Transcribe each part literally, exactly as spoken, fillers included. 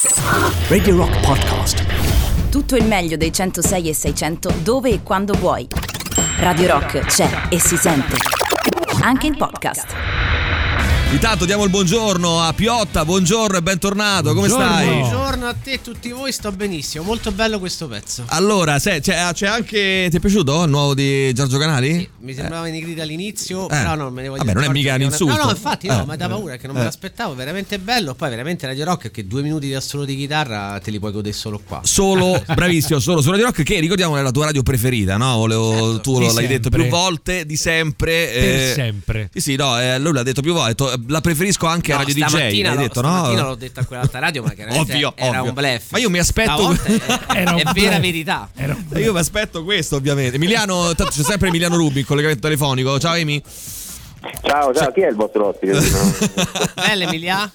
Radio Rock Podcast. Tutto il meglio dei centosei e seicento dove e quando vuoi. Radio Rock c'è e si sente anche in podcast. Intanto diamo il buongiorno a Piotta, buongiorno e bentornato, come buongiorno. stai? Buongiorno a te e tutti voi, sto benissimo, molto bello questo pezzo. Allora, se, c'è, c'è anche, ti è piaciuto il nuovo di Giorgio Canali? Sì, mi sembrava eh. Nigrita all'inizio, eh. però non me ne voglio Vabbè, non è mica un insulto. No, no, infatti no, eh. ma da paura che non eh. me l'aspettavo, veramente bello. Poi veramente Radio Rock, che due minuti di assolo di chitarra te li puoi godere solo qua. Solo, bravissimo, solo su Radio Rock, che ricordiamo è la tua radio preferita, no? Volevo, certo. Tu Di l'hai sempre. detto più volte, di sempre. Per eh, sempre. Sì, sì, no, eh, lui l'ha detto più volte, ha detto, la preferisco anche No, a Radio D J, stamattina hai l'ho, detto, stamattina no? l'ho detto a quell'altra radio, ma chiaramente Ovvio, era ovvio. un bluff. Ma io mi aspetto Stavolta è, Era un è bluff. vera verità. Era un E io mi aspetto questo, ovviamente. Emiliano, tanto c'è sempre Emiliano Rubi, il collegamento telefonico. Ciao Emi. Ciao, ciao, chi è il vostro ospite? Bella Emilia?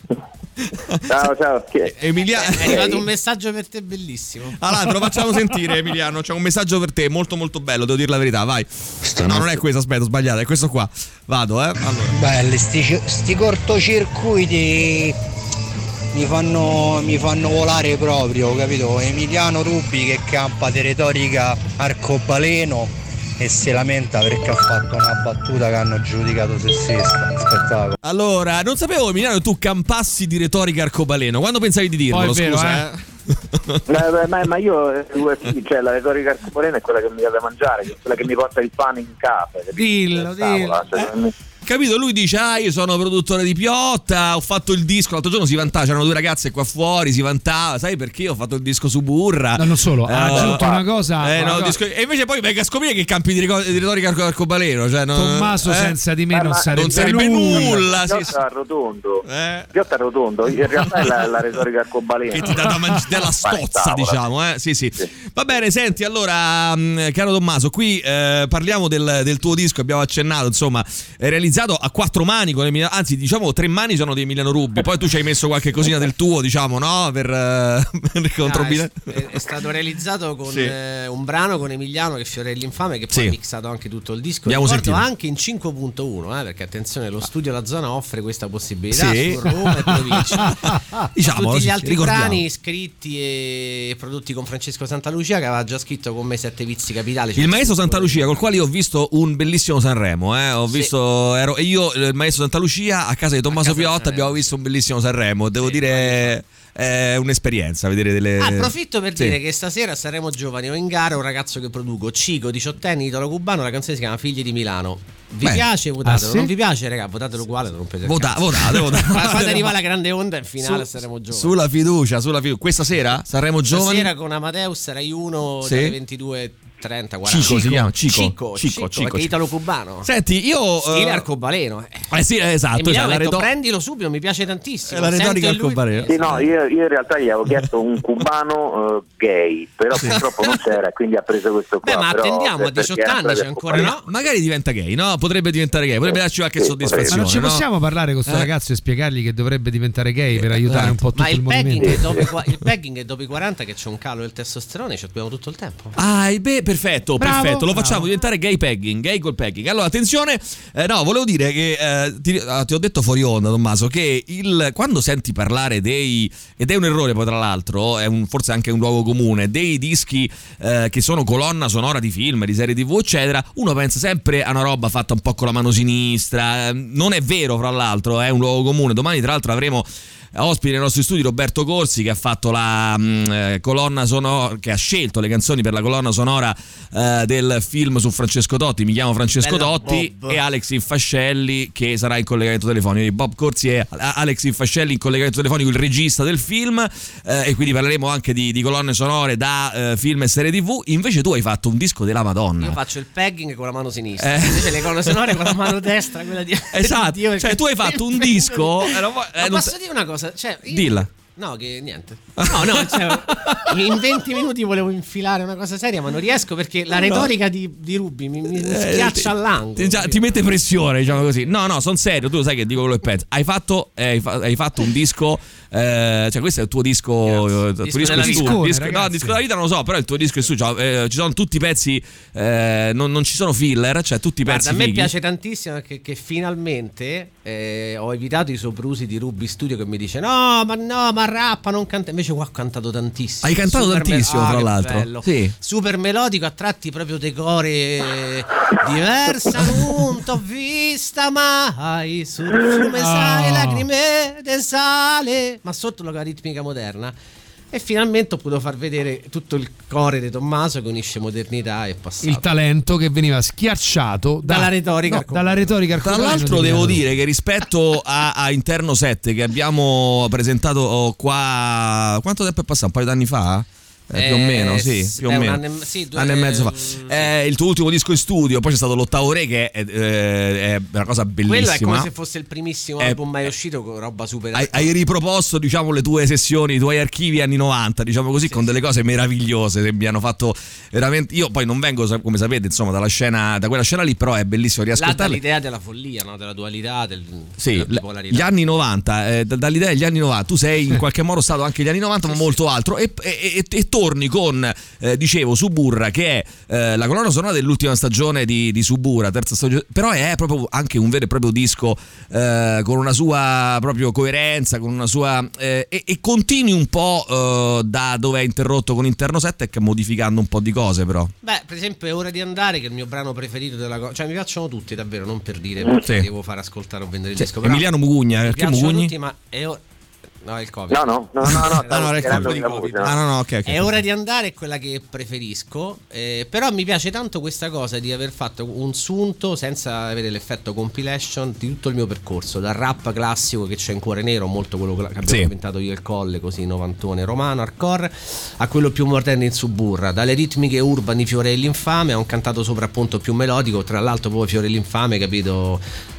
Ciao, ciao, chi è? Emiliano. È arrivato un messaggio per te bellissimo. Allora, te lo facciamo sentire, Emiliano. C'è un messaggio per te, molto molto bello, devo dire la verità, vai. No, non è questo, aspetta, ho sbagliato, è questo qua. Vado, eh. Allora. Belli, sti, sti cortocircuiti mi fanno, mi fanno volare proprio, capito? Emiliano Rubi che campa di retorica arcobaleno e si lamenta perché ha fatto una battuta che hanno giudicato sessista. Spettacolo. Allora, non sapevo, Emiliano, tu campassi di retorica arcobaleno. Quando pensavi di dirlo? Poi è vero, Scusa, eh. Ma, ma, ma io, eh, sì, cioè, la retorica arcobaleno è quella che mi dà da mangiare, che è quella che mi porta il pane in casa. Dillo, dillo. Cioè, non- Capito? Lui dice, ah, io sono produttore di Piotta, ho fatto il disco. L'altro giorno si vantava, c'erano due ragazze qua fuori, si vantava, sai perché? Ho fatto il disco su Burra. No, non solo, ha Eh, aggiunto una cosa, Eh, una no, cosa- disco- E invece poi venga a scoprire che campi di, rico- di retorica arco- arcobaleno. Cioè, non- Tommaso eh? senza di me Ma- non ma- sarebbe, non sarebbe nulla. Sì, sì. Piotta arrotondo, Eh. Piotta arrotondo, in realtà è la, la retorica arcobaleno. Che ti dà da mangiare della stozza, diciamo, eh? Sì, sì. Va bene, senti, allora, mh, caro Tommaso, qui eh, parliamo del, del tuo disco, abbiamo accennato, insomma, è realizzato a quattro mani con Emiliano, anzi, diciamo tre mani sono di Emiliano Rubi, poi tu ci hai messo qualche cosina del tuo, diciamo, no? Per, eh, per controbilare. Ah, è, è stato realizzato con Sì. eh, un brano con Emiliano, che è Fiorelli Infame, che poi Sì. ha mixato anche tutto il disco. Abbiamo Ricordo sentito. anche in cinque punto uno, eh, perché attenzione, lo studio La Zona offre questa possibilità Sì. su Roma e provincia. Diciamo, Tutti sì, gli altri ricordiamo. brani scritti e prodotti con Francesco Santalucia, che aveva già scritto con me Sette Vizi Capitali. Il maestro Santa Lucia, col quale io ho visto un bellissimo Sanremo, eh? Ho Sì. visto, ero, e io, il maestro Santa Lucia, a casa di Tommaso A casa di Piotta, Sanremo, abbiamo visto un bellissimo Sanremo. Devo Sì, dire, è un'esperienza vedere delle. Ah, approfitto per Sì. dire che stasera saremo giovani. Ho in gara un ragazzo che produco, Cico, diciottenne, italo-cubano. La canzone si chiama Figli di Milano. Vi Beh. piace? Votatelo. Ah, sì? Non vi piace, raga? Votatelo uguale. Non rompete il Vota- cazzo. votate, votate. Ma quando arriva la grande onda in finale Su- saremo giovani. Sulla fiducia, sulla fiducia. Questa sera saremo giovani. Stasera con Amadeus Rai uno Sì. dalle ventidue trenta quaranta. Cico si chiama, Cico. Cico, Cico, Cico, Cico, perché Cico. italo-cubano. Senti, io. Stile eh, arcobaleno. Eh. Eh sì, eh, esatto. Emiliano cioè, ha la detto, reto- prendilo subito, mi piace tantissimo. È la Sento retorica in lui- arcobaleno. Sì, no, io, io in realtà gli avevo chiesto un cubano eh, gay, però purtroppo non c'era, quindi ha preso questo qua. Beh, ma però, attendiamo, per- a diciotto perché era anni c'è per ancora, arcobaleno. no? Magari diventa gay, no? Potrebbe diventare gay, potrebbe darci qualche Sì, soddisfazione. Ma non ci no? possiamo parlare con questo Eh. ragazzo e spiegargli che dovrebbe diventare gay per aiutare un po' tutto Ma il il pegging, movimento? è dopo, i qua- il pegging è dopo i quaranta, che c'è un calo del testosterone, ci abbiamo tutto il tempo. Ah, e beh, perfetto, Bravo, perfetto. Lo bravo. facciamo diventare gay pegging, gay col pegging. Allora, attenzione, eh, no, volevo dire che eh, ti, ah, ti ho detto fuori onda, Tommaso, che il, quando senti parlare dei, ed è un errore poi tra l'altro, è un, forse anche un luogo comune, dei dischi eh, che sono colonna sonora di film, di serie tv, eccetera, uno pensa sempre a una roba fatta un po' con la mano sinistra. Eh, non è vero, fra l'altro, è un luogo comune. Domani, tra l'altro, avremo ospite nei nostri studi Roberto Corsi, che ha fatto la mh, eh, colonna sonora, che ha scelto le canzoni per la colonna sonora eh, del film su Francesco Totti, Mi chiamo Francesco Bella Totti, Bob. e Alex Infascelli, che sarà in collegamento telefonico. Bob Corsi e Alex Infascelli in collegamento telefonico, il regista del film, eh, e quindi parleremo anche di, di colonne sonore da eh, film e serie tv. Invece tu hai fatto un disco della Madonna. Io faccio il pegging con la mano sinistra, Eh. invece le colonne sonore con la mano destra, quella di Esatto, Dio, perché- cioè tu hai fatto un disco eh, non vo- eh, Ma non posso sa- dire una cosa? Cioè, io- Dilla. No, che niente. No, no, cioè, in venti minuti volevo infilare una cosa seria, ma non riesco perché la retorica di, di Rubi mi, mi Eh, schiaccia ti- all'angolo. ti, già- ti mette pressione, diciamo così. No, no, sono serio, tu lo sai che dico quello che penso. Hai fatto, eh, hai, fa- hai fatto un disco eh, cioè questo è il tuo disco, il tuo Disco disco della in vita. studio. Discone, Disco, no, ragazzi. disco della vita non lo so, però il tuo disco in studio, cioè, eh, ci sono tutti i pezzi, eh, non, non ci sono filler, cioè tutti i pezzi Guarda, a me fighi. piace tantissimo che, che finalmente eh, ho evitato i soprusi di Ruby Studio che mi dice no ma no ma rappa non canta, invece qua ho cantato tantissimo. Hai cantato Super tantissimo, me- ah, tra che l'altro. bello. Sì. Super melodico, a tratti proprio decore diversa non t'ho vista mai sul fiume sale lacrime de sale, ma sotto la ritmica moderna. E finalmente ho potuto far vedere tutto il core di Tommaso che unisce modernità e passato. Il talento che veniva schiacciato da- Dalla retorica no, arcobaleno. dalla retorica Tra arcobaleno l'altro di devo Milano. dire che rispetto a, a Interno sette che abbiamo presentato qua, quanto tempo è passato? Un paio d'anni fa? Eh, più o Eh, meno, sì, s- più o beh, un meno. anno e- sì, due- anno e mezzo fa. sì. È il tuo ultimo disco in studio, poi c'è stato l'Ottavo Re che è, eh, è una cosa bellissima. Quello è come se fosse il primissimo È- album mai uscito con roba super. Hai, hai riproposto, diciamo, le tue sessioni, i tuoi archivi anni novanta, diciamo così, con delle cose meravigliose che mi hanno fatto veramente. Io poi non vengo, sa- come sapete, insomma, dalla scena, da quella scena lì, però è bellissimo Là riascoltarle. dall'idea della follia, no? Della dualità, del, Sì, della l- bipolarità. gli anni novanta, eh, d- dall'idea degli anni novanta, tu sei in qualche modo stato anche gli anni novanta, ma molto altro, e, e- e- e torni con, eh, dicevo, Suburra, che è eh, la colonna sonora dell'ultima stagione di, di Suburra, terza stagione, però è proprio anche un vero e proprio disco eh, con una sua proprio coerenza, con una sua eh, e, e continui un po' eh, da dove è interrotto con Interno sette, che modificando un po' di cose, però. Beh, per esempio, è Ora di andare, che è il mio brano preferito della cosa. Cioè, mi piacciono tutti, davvero, non per dire perché Sì. devo far ascoltare o vendere il Sì, disco. Però Emiliano Mugugna, mi perché piacciono Mugugni? tutti, ma è o- No, è il Covid. No, no, no, no, no, Ah, no, stavo era il sperando Covid. la musica. Ah, no, no, ok, ok. È Ora di andare è quella che preferisco, eh, però mi piace tanto questa cosa di aver fatto un sunto senza avere l'effetto compilation di tutto il mio percorso, dal rap classico che c'è in Cuore Nero, molto quello che abbiamo Sì. inventato io e il Colle, così novantone romano, hardcore, a quello più moderno in Suburra, dalle ritmiche urbani Fiore dell'Infame a un cantato sovrappunto più melodico, tra l'altro proprio Fiore dell'Infame, capito?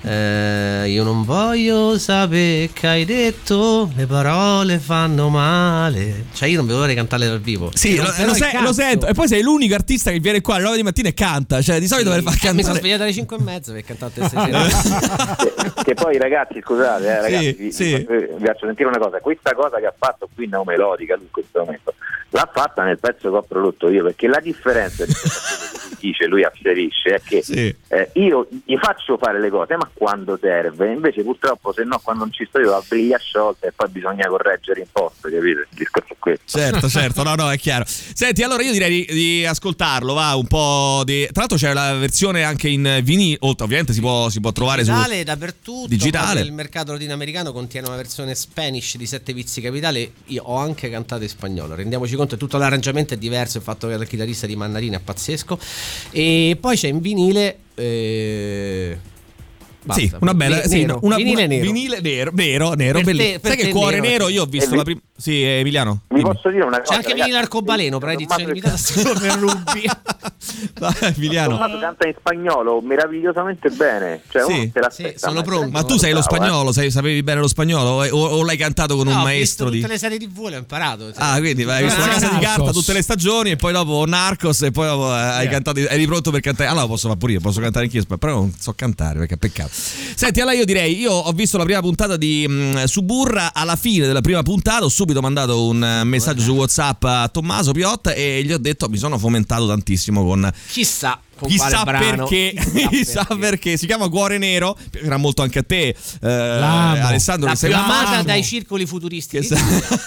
Eh, io non voglio sapere che hai detto, le parole fanno male. Cioè io non vedo l'ora di cantarle dal vivo. Sì, Però- lo, però lo il se- cazzo. lo sento. E poi sei l'unico artista che viene qua alle nove di mattina e canta. Cioè, di solito Sì. per far Eh, mi sono cantare. svegliato alle cinque e mezza per cantare tutte queste sere. che, che poi ragazzi, scusate, eh, ragazzi, Sì, vi, sì. vi vi faccio sentire una cosa. Questa cosa che ha fatto qui Neomelodica lui in questo momento l'ha fatta nel pezzo che ho prodotto io, perché la differenza rispetto a quello che lui dice, lui afferisce, è che Sì. eh, io gli faccio fare le cose ma quando serve, invece purtroppo se no quando non ci sto io la briglia sciolta e poi bisogna correggere in posto, capito? Il discorso è questo. Certo, certo, no, no, è chiaro. Senti, allora io direi di, di ascoltarlo, va, un po' di. Tra l'altro c'è la versione anche in vinile, oltre ovviamente si può, si può trovare Digitale su. dappertutto. Digitale. Il mercato latinoamericano contiene una versione Spanish di Sette Vizi Capitale. Io ho anche cantato in spagnolo. Rendiamoci conto, tutto l'arrangiamento è diverso. Il fatto che il chitarrista di Mannarino è pazzesco. E poi c'è in vinile. Eh... Basta. Sì, una bella Vi- sì, nero. una, vinile una- nero. vinile nero, nero, nero, Per te- bellissimo. per Sai che te Cuore nero. Nero io ho visto E la vi- prima. Sì, Emiliano. Vi dimmi. posso dire una cosa? C'è anche ragazzi? vinile arcobaleno, però edizione limitata solo per Ruby. Vai, Emiliano. Tommaso canta in spagnolo meravigliosamente bene, cioè Sì. uno se l'aspetta, Sì, sono ma- pronto. Ma tu sai lo Bravo, eh. spagnolo, sai, sapevi bene lo spagnolo? O, o l'hai cantato con un No, ho maestro visto di. tutte le serie tivù, le ho imparato. Ah, quindi vai, hai visto la Ah, casa di Narcos. carta tutte le stagioni e poi dopo Narcos e poi dopo eh, hai Yeah. cantato, eri pronto per cantare. Allora posso fare pure io, posso cantare anch'io, però non so cantare perché è peccato. Senti, allora io direi, io ho visto la prima puntata di mh, Suburra, alla fine della prima puntata ho subito mandato un eh, messaggio su WhatsApp a Tommaso Piotta e gli ho detto mi sono fomentato tantissimo con Chissà con chissà quale brano. perché, chissà perché si chiama Cuore Nero, piacerà molto anche a te, eh, L'amo. Alessandro, La che sei più un amata L'amo. dai circoli futuristi. che sa-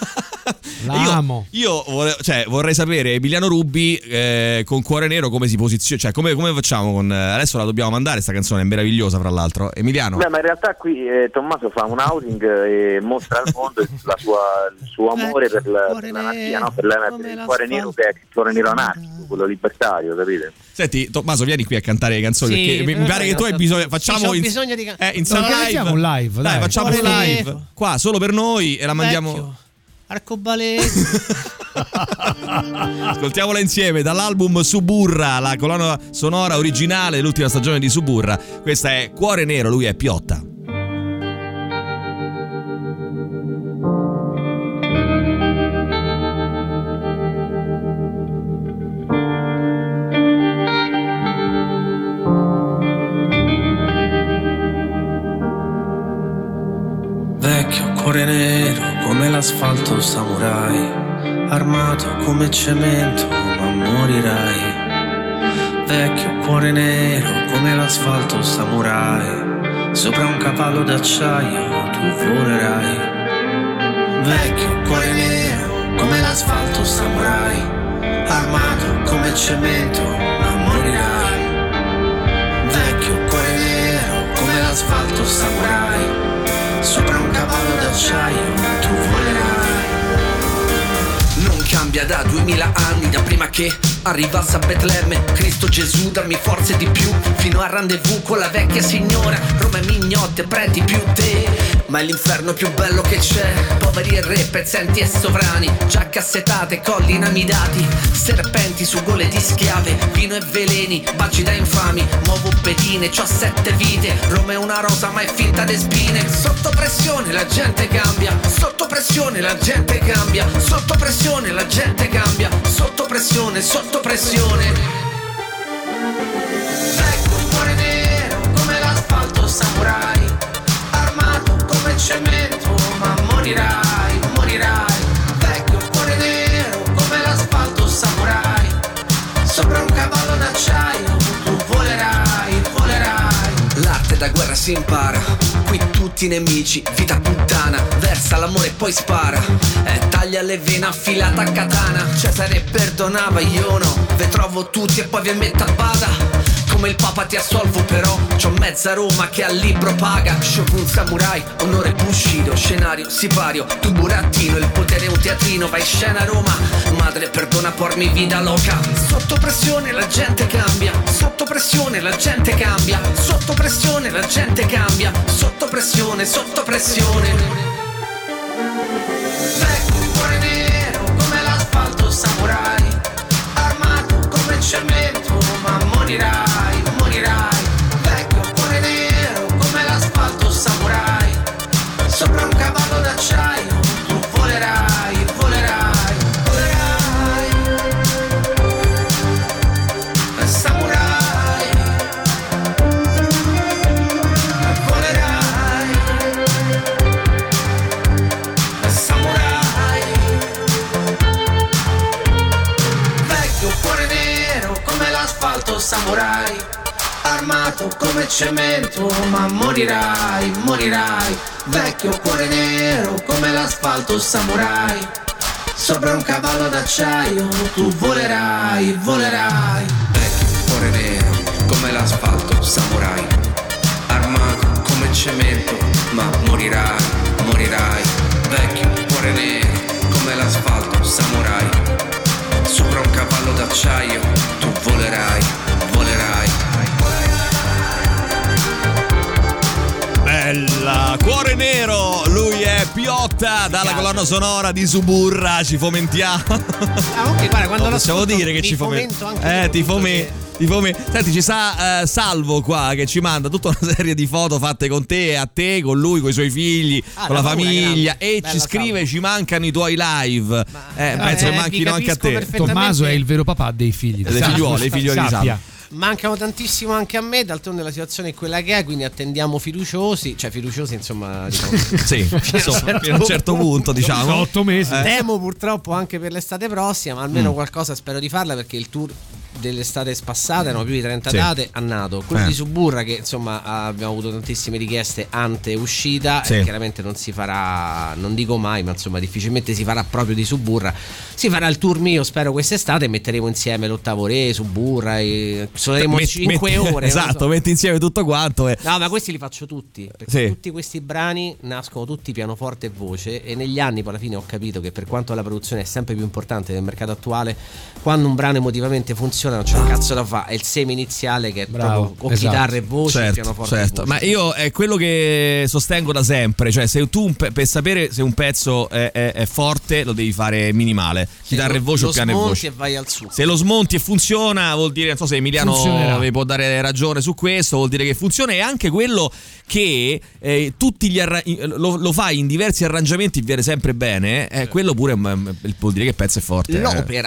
L'amo. Io, io vorrei, cioè, vorrei sapere Emiliano Rubi eh, con Cuore Nero come si posiziona, cioè come, come facciamo con adesso la dobbiamo mandare sta canzone, è meravigliosa fra l'altro. Emiliano. Beh, ma in realtà qui eh, Tommaso fa un outing e mostra al mondo il, la sua, il suo amore per la- per l'anarchia, no? Per la- per il cuore nero che è il cuore nero anarchico, quello libertario, capite? Senti, Tommaso, vieni qui a cantare le canzoni Sì, perché mi, mi pare che tu hai bisogno. Facciamo Sì, c'ho in, bisogno di can- eh, in No, sala organizziamo live. un live, dai. facciamo Cuore un live nero. qua solo per noi e la mandiamo. Vecchio. Arcobaleno. Ascoltiamola insieme dall'album Suburra, la colonna sonora originale dell'ultima stagione di Suburra. Questa è Cuore Nero, lui è Piotta. Vecchio cuore nero come la l'asfalto samurai, armato come cemento ma morirai. Vecchio cuore nero come l'asfalto samurai, sopra un cavallo d'acciaio tu volerai. Vecchio cuore nero come l'asfalto samurai, armato come cemento ma morirai. Vecchio cuore nero come l'asfalto samurai, sopra un cavallo d'acciaio tu volerai. Non cambia da duemila anni, da prima che arrivasse a Betlemme Cristo Gesù, darmi forze di più fino al rendezvous con la vecchia signora. Roma è mignotte, preti più te, ma è l'inferno più bello che c'è. Poveri e re, pezzenti e sovrani, giacche assetate, colli inamidati, serpenti su gole di schiave, vino e veleni, baci da infami. Muovo pedine, c'ho sette vite, Roma è una rosa ma è finta de spine. Sotto pressione la gente cambia, sotto pressione la gente cambia, sotto pressione la gente cambia, sotto pressione, sotto pressione. Vecchio cuore nero come l'asfalto samurai, armato come cemento ma morirai, morirai. Vecchio cuore nero come l'asfalto samurai, sopra un cavallo d'acciaio tu volerai, volerai. L'arte da guerra si impara, qui tutti nemici, vita puttana, versa l'amore e poi spara, eh, taglia le vene affilata a katana. Cesare perdonava, io no, ve trovo tutti e poi vi metto a bada. Come il papa ti assolvo però, c'ho mezza Roma che al libro paga. Shogun samurai, onore bushido, scenario sipario, tu burattino, il potere è un teatrino, vai scena a Roma. Madre perdona pormi vita loca, sotto pressione la gente cambia, sotto pressione la gente cambia, sotto pressione la gente cambia, sotto pressione, sotto pressione. Vecchio cuore nero come l'asfalto samurai, armato come cemento ma morirai, morirai. Vecchio cuore nero come l'asfalto samurai, sopra un cavallo d'acciaio tu volerai, volerai, volerai. Samurai, volerai. Samurai. Vecchio cuore nero come l'asfalto samurai, armato come cemento ma morirai, morirai. Vecchio cuore nero come l'asfalto samurai, sopra un cavallo d'acciaio tu volerai, volerai. Vecchio cuore nero come l'asfalto samurai, armato come cemento ma morirai, morirai. Vecchio cuore nero come l'asfalto samurai, sopra un cavallo d'acciaio tu volerai, volerai. Bella, cuore nero, lui è Piotta dalla colonna sonora di Suburra, ci fomentiamo. Ah, ok, guarda, quando no, possiamo dire che mi ci fomento fomento anche eh ti fomenti che... Ti fome... Senti, ci sta uh, Salvo qua che ci manda tutta una serie di foto fatte con te, a te, con lui, con i suoi figli, ah, con la famiglia grande. e Bella, ci scrive Salvo. Ci mancano i tuoi live. Ma, eh, eh, penso eh, che manchino anche a te. Tommaso è il vero papà dei figli. Dei figliuoli, i figliuoli di Salvo. Mancano tantissimo anche a me, d'altronde la situazione è quella che è, quindi attendiamo fiduciosi, cioè fiduciosi insomma diciamo, sì, insomma, fino a un certo punto diciamo otto mesi. eh. Temo purtroppo anche per l'estate prossima, ma almeno Mm. qualcosa spero di farla, perché il tour dell'estate passata erano più di trenta Sì. date a nato, quello Eh. di Suburra che insomma abbiamo avuto tantissime richieste ante uscita, Sì. e chiaramente non si farà, non dico mai, ma insomma difficilmente si farà proprio di Suburra. Si farà il tour mio spero quest'estate e metteremo insieme l'ottavo re, Suburra e suoneremo Met- cinque metti- ore, esatto, non so. metti insieme tutto quanto e... No, ma questi li faccio tutti, perché Sì. tutti questi brani nascono tutti pianoforte e voce, e negli anni poi alla fine ho capito che per quanto la produzione è sempre più importante nel mercato attuale, quando un brano emotivamente funziona non c'è un cazzo da fare, è il seme iniziale che è Bravo, proprio o esatto. chitarra e voce, Certo, pianoforte certo. e voce. Ma io è quello che sostengo da sempre, cioè se tu un pe- per sapere se un pezzo è, è- è forte lo devi fare minimale, chitarra e voce o lo piano e smonti voce. e vai al suo. Se lo smonti e funziona vuol dire, non so se Emiliano Funzionerà. vi può dare ragione su questo, vuol dire che funziona, e anche quello che eh, tutti gli arra- lo, lo fai in diversi arrangiamenti viene sempre bene, eh, quello pure mm, vuol dire che il pezzo è forte. eh. L'opera.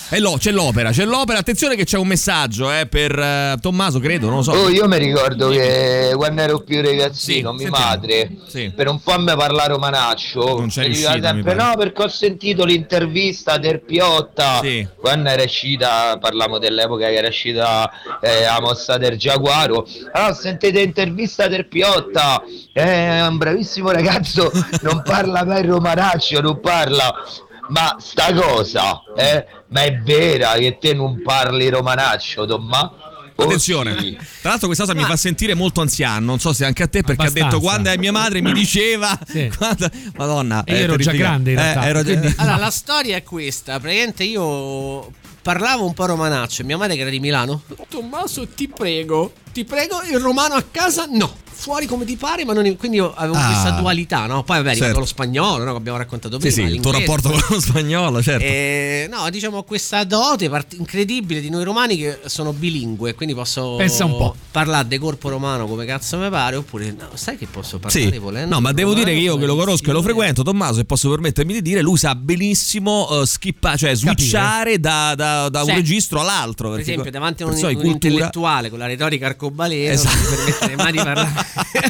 E lo, c'è l'opera, c'è l'opera. Attenzione che c'è un messaggio eh, per uh, Tommaso, credo, non lo so. Oh, io mi ricordo che quando ero più ragazzino, sì, mia sentiamo. madre, sì. per un po' mi parlare romanaccio, non c'è mi riuscita, diceva sempre mi pare. no, perché ho sentito l'intervista del Piotta, sì. quando era uscita, parliamo dell'epoca che era uscita eh, la mossa del Giaguaro. Allora, sentite l'intervista del Piotta, è un bravissimo ragazzo, non parla mai romanaccio, non parla. Ma sta cosa, eh? Ma è vera che te non parli romanaccio, Tomma? Attenzione, tra l'altro questa cosa ma... mi fa sentire molto anziano, non so se anche a te, perché abbastanza. Ha detto quando è mia madre mi diceva sì. quando... Madonna, e io ero già grande in realtà, eh, ero... Quindi... Allora la storia è questa, praticamente io parlavo un po' romanaccio, mia madre che era di Milano, Tommaso ti prego, ti prego il romano a casa no, fuori come ti pare, ma non in... quindi io avevo ah, questa dualità, no? Poi vabbè, certo. Ricordo lo spagnolo, no? Che abbiamo raccontato prima. Sì, sì, il tuo rapporto con lo spagnolo, certo. E, no, diciamo questa dote part- incredibile di noi romani che sono bilingue, quindi posso pensa un po' parlare de corpo romano come cazzo mi pare, oppure no, sai che posso parlare sì. volendo. No, ma devo romano, dire che io che lo conosco e lo frequento, Tommaso, e posso permettermi di dire, lui sa benissimo uh, skippare, cioè switchare da, da, da un sì. registro all'altro. Per esempio, davanti a un, so, un intellettuale con la retorica arcobaleno, esatto. non mi permettere mai di parlare.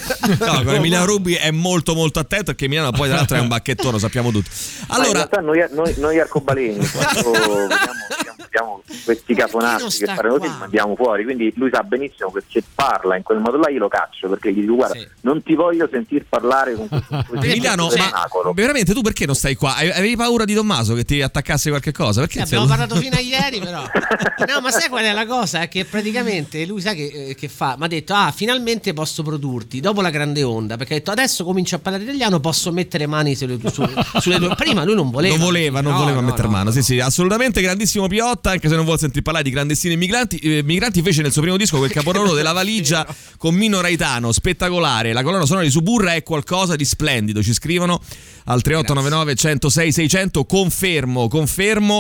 No, con Emiliano Rubi è molto molto attento, perché Emiliano poi tra l'altro è un bacchettone, lo sappiamo tutti. Allora, in realtà noi, noi, noi arcobaleni quando vediamo, vediamo questi cafonazzi che parlano così li mandiamo fuori, quindi lui sa benissimo che se parla in quel modo là io lo caccio, perché gli dico guarda sì. non ti voglio sentir parlare con questo Emiliano, ma veramente tu perché non stai qua? Avevi paura di Tommaso che ti attaccasse qualche cosa? Perché sì, abbiamo parlato fino a ieri però. No, ma sai qual è la cosa? È che praticamente lui sa che, che fa, mi ha detto ah finalmente posso produrti dopo la grande onda, perché ha detto adesso comincio a parlare italiano, posso mettere mani sulle, su, sulle tue. Prima lui non voleva non voleva non no, voleva no, mettere no, mano no. Sì sì, assolutamente grandissimo Piotta, anche se non vuol sentire parlare di clandestini e migranti. eh, migranti fece nel suo primo disco quel capolavoro della valigia con Mino Raitano, spettacolare. La colonna sonora di Suburra è qualcosa di splendido, ci scrivono al tre otto nove nove uno zero sei sei zero zero. Confermo, confermo.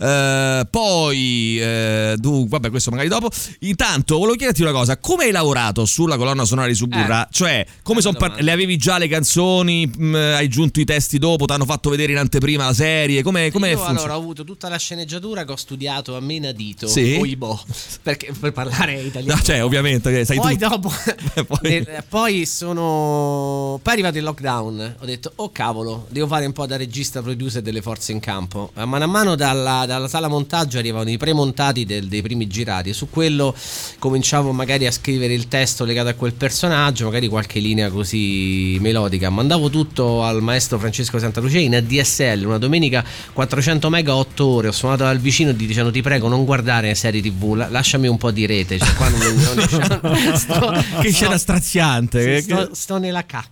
Eh, poi, eh, du, vabbè, questo magari dopo. Intanto, volevo chiederti una cosa: come hai lavorato sulla colonna sonora di Suburra? Eh, cioè, come son par- le avevi già le canzoni? Mh, hai aggiunto i testi dopo? Ti hanno fatto vedere in anteprima la serie? Come Io funziona? allora ho avuto tutta la sceneggiatura che ho studiato a menadito, sì? Oibò, perché per parlare italiano. No, cioè, ovviamente, sai poi tu. dopo, poi... nel, poi sono. Poi è arrivato il lockdown. Ho detto, oh cavolo, devo fare un po' da regista producer delle forze in campo. A mano a mano dalla, dalla sala montaggio arrivavano i premontati del, dei primi girati. E su quello cominciavo magari a scrivere il testo legato a quel personaggio, magari qualche linea così melodica. Mandavo tutto al maestro Francesco Santalucia in A D S L. Una domenica quattrocento mega, otto ore. Ho suonato al vicino dicendo ti prego non guardare serie tv, lasciami un po' di rete. Cioè, qua non, non sto, che sto, scena straziante. Sì, sto, sto nella K.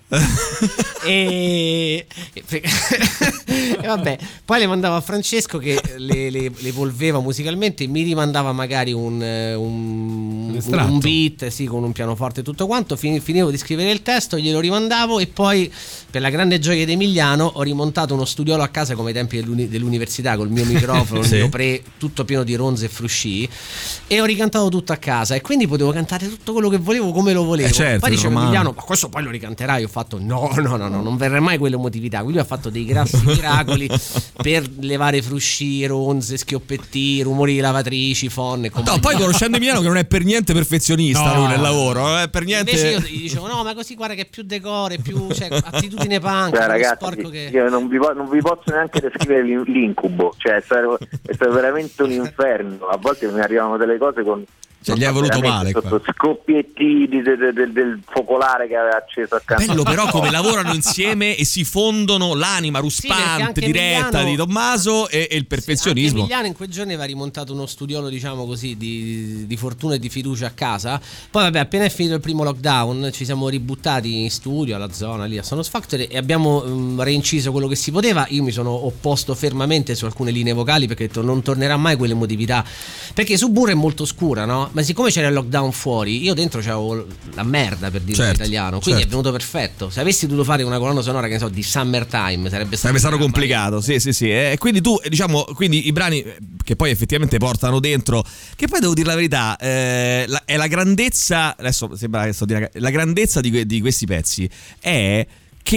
e, e vabbè, poi le mandavo a Francesco che le, le, le evolveva musicalmente, mi rimandava magari un, un, un beat sì, con un pianoforte e tutto quanto. Finivo di scrivere il testo, glielo rimandavo e poi per la grande gioia di Emiliano ho rimontato uno studiolo a casa come ai tempi dell'uni, dell'università col mio microfono, sì. il mio pre, tutto pieno di ronze e frusci, e ho ricantato tutto a casa e quindi potevo cantare tutto quello che volevo come lo volevo. Eh certo, poi diceva Emiliano ma questo poi lo ricanterai, ho fatto no no no no non verrà mai quell'emotività. Quindi ha fatto dei grassi miracoli per levare frusci, ronze, schioppetti, rumori di lavatrici, fonne. No, poi conoscendo Emiliano che non è per niente perfezionista no. lui nel lavoro, non è per niente. Invece io gli dicevo no ma così guarda che è più decore, più cioè, attitudine punk, cioè, ragazzi, sporco che... io non vi, non vi posso neanche descrivere l'incubo, cioè è stato, è stato veramente un inferno. A volte mi arrivavano delle cose con cioè, gli ha voluto male sotto scoppiettini del, del, del, del focolare che aveva acceso accanto. Bello però come lavorano insieme e si fondono l'anima ruspante, sì, diretta Emiliano, di Tommaso e, e il perfezionismo. Sì, Emiliano in quei giorni aveva rimontato uno studiolo diciamo così di, di fortuna e di fiducia a casa. Poi vabbè appena è finito il primo lockdown ci siamo ributtati in studio alla zona lì a Sonos Factory e abbiamo um, reinciso quello che si poteva. Io mi sono opposto fermamente su alcune linee vocali perché ho detto non tornerà mai quell'emotività, perché Suburra è molto scura, no? Ma siccome c'era il lockdown fuori, io dentro c'avevo la merda per dirlo certo, in italiano, quindi certo. è venuto perfetto. Se avessi dovuto fare una colonna sonora che ne so di Summertime sarebbe stato, sarebbe stato complicato, sì sì sì. E quindi tu diciamo, quindi i brani che poi effettivamente portano dentro, che poi devo dire la verità, eh, la, è la grandezza, adesso sembra che sto dire, la grandezza di, di questi pezzi è che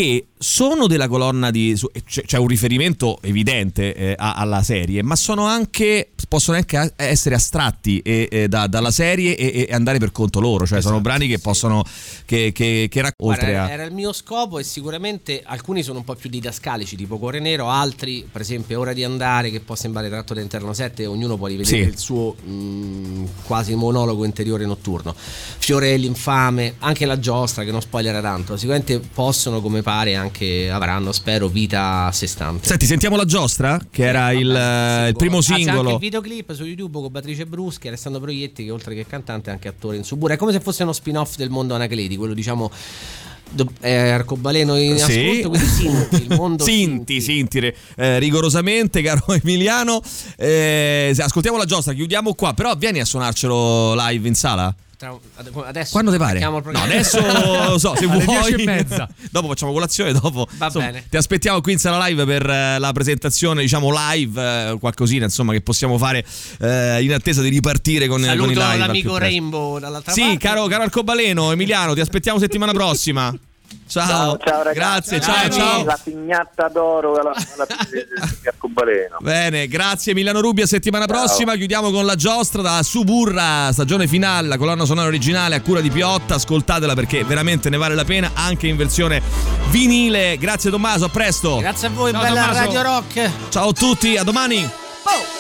sono della colonna di c'è, c'è un riferimento evidente eh, alla serie, ma sono anche possono anche essere astratti e, e da, dalla serie e, e andare per conto loro, cioè esatto, sono brani che sì. possono che, che, che rac- Guarda, oltre a... era il mio scopo, e sicuramente alcuni sono un po' più didascalici, tipo Cuore Nero, altri per esempio Ora di andare, che può sembrare tratto da Interno sette, ognuno può rivedere sì. il suo mh, quasi monologo interiore notturno. Fiore l'infame, anche La giostra, che non spoilerà tanto, sicuramente possono, come pare, anche avranno, spero, vita a sé stante. Senti, sentiamo La giostra, che eh, era vabbè, il, singolo. il primo singolo. Ah, c'è anche il videoclip su YouTube con Beatrice Bruschi e Alessandro Proietti, che oltre che cantante è anche attore in Suburra. È come se fosse uno spin-off del mondo Anacleti, quello diciamo eh, Arcobaleno in sì. ascolto, quindi Sinti, il mondo Sinti, Sinti, Sinti eh, rigorosamente, caro Emiliano. Eh, ascoltiamo La giostra, chiudiamo qua, però vieni a suonarcelo live in sala? Adesso quando te pare? No, adesso lo so, se vuoi dieci e mezza. Dopo facciamo colazione, dopo va insomma, bene. Ti aspettiamo qui in sala live per uh, la presentazione, diciamo live, uh, qualcosina insomma che possiamo fare uh, in attesa di ripartire con, Saluto con i live. l'amico Rainbow dall'altra sì, parte. Sì, caro, caro Arcobaleno, Emiliano, ti aspettiamo settimana prossima. Ciao, ciao, ciao ragazzi. Grazie, ciao, ciao. La pignatta d'oro alla, alla di Arcobaleno. Bene, grazie Emiliano Rubbia, settimana ciao. prossima. Chiudiamo con La giostra da Suburra, stagione finale, la colonna sonora originale a cura di Piotta. Ascoltatela perché veramente ne vale la pena, anche in versione vinile. Grazie Tommaso, a presto. Grazie a voi, ciao, bella Tommaso. Radio Rock. Ciao a tutti, a domani. Oh.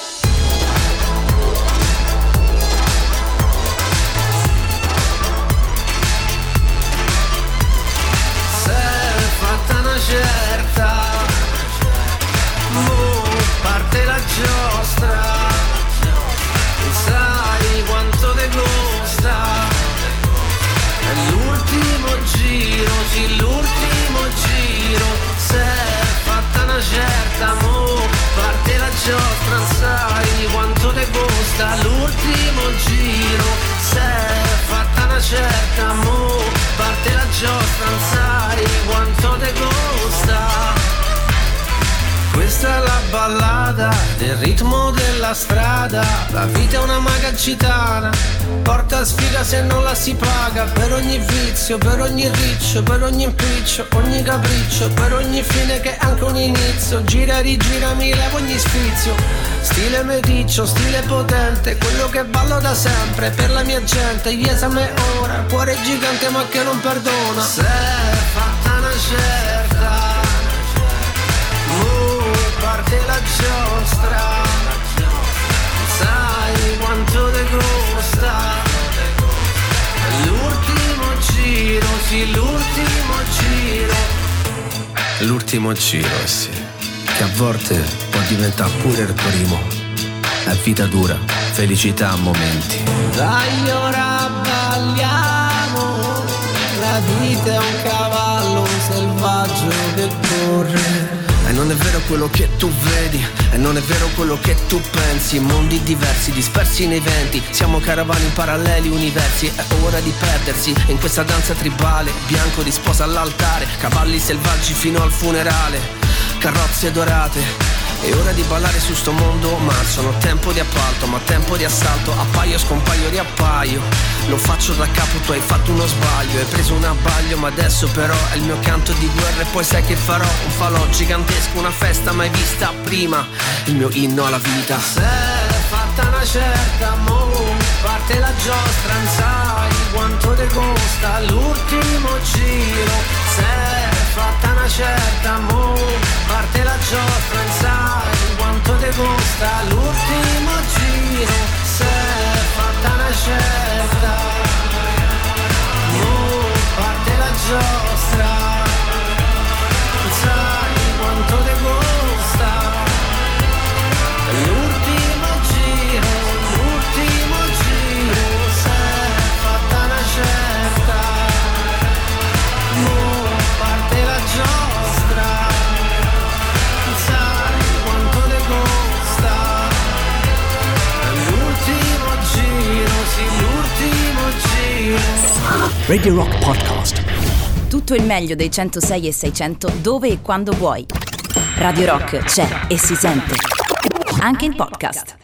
certa, mo parte la giostra, sai quanto te costa, è l'ultimo giro, sì l'ultimo giro, se è fatta una certa, mo parte la giostra, sai quanto te costa, l'ultimo giro, se è fatta una certa, mo parte la giostra, sai quanto te costa. Questa è la ballata del ritmo della strada, la vita è una maga gitana, porta sfiga se non la si paga, per ogni vizio, per ogni riccio, per ogni impiccio, ogni capriccio, per ogni fine che è anche un inizio, gira rigira mi levo ogni sfizio, stile meticcio, stile potente, quello che ballo da sempre, per la mia gente, yes a me ora, cuore gigante ma che non perdona, se è fatta una certa, parte la giostra, sai quanto te costa, l'ultimo giro, sì l'ultimo giro, l'ultimo giro, eh sì, che a volte può diventare pure il primo, è vita dura, felicità a momenti. Dai ora balliamo, la vita è un cavallo selvaggio che corre. E non è vero quello che tu vedi, e non è vero quello che tu pensi, mondi diversi, dispersi nei venti, siamo caravane in paralleli universi, è ora di perdersi in questa danza tribale, bianco di sposa all'altare, cavalli selvaggi fino al funerale, carrozze dorate. È ora di ballare su sto mondo marzo, non tempo di appalto ma tempo di assalto, appaio, scompaio, riappaio, lo faccio da capo, tu hai fatto uno sbaglio, hai preso un abbaglio ma adesso però è il mio canto di guerra e poi sai che farò, un falò gigantesco, una festa mai vista prima, il mio inno alla vita. Se è fatta una certa, mo parte la giostra, sai quanto te costa, l'ultimo giro, se è fatta una certa, mo parte la giostra, sai quanto te costa, l'ultimo giro, se è fatta una certa, mo parte la giostra, sai quanto te costa, l'ultimo giro, l'ultimo giro, se è fatta una certa, mo parte la giostra, sai quanto te costa, l'ultimo giro, sì l'ultimo giro. Radio Rock Podcast. Tutto il meglio dei centosei e seicento dove e quando vuoi. Radio Rock c'è e si sente. Anche in podcast.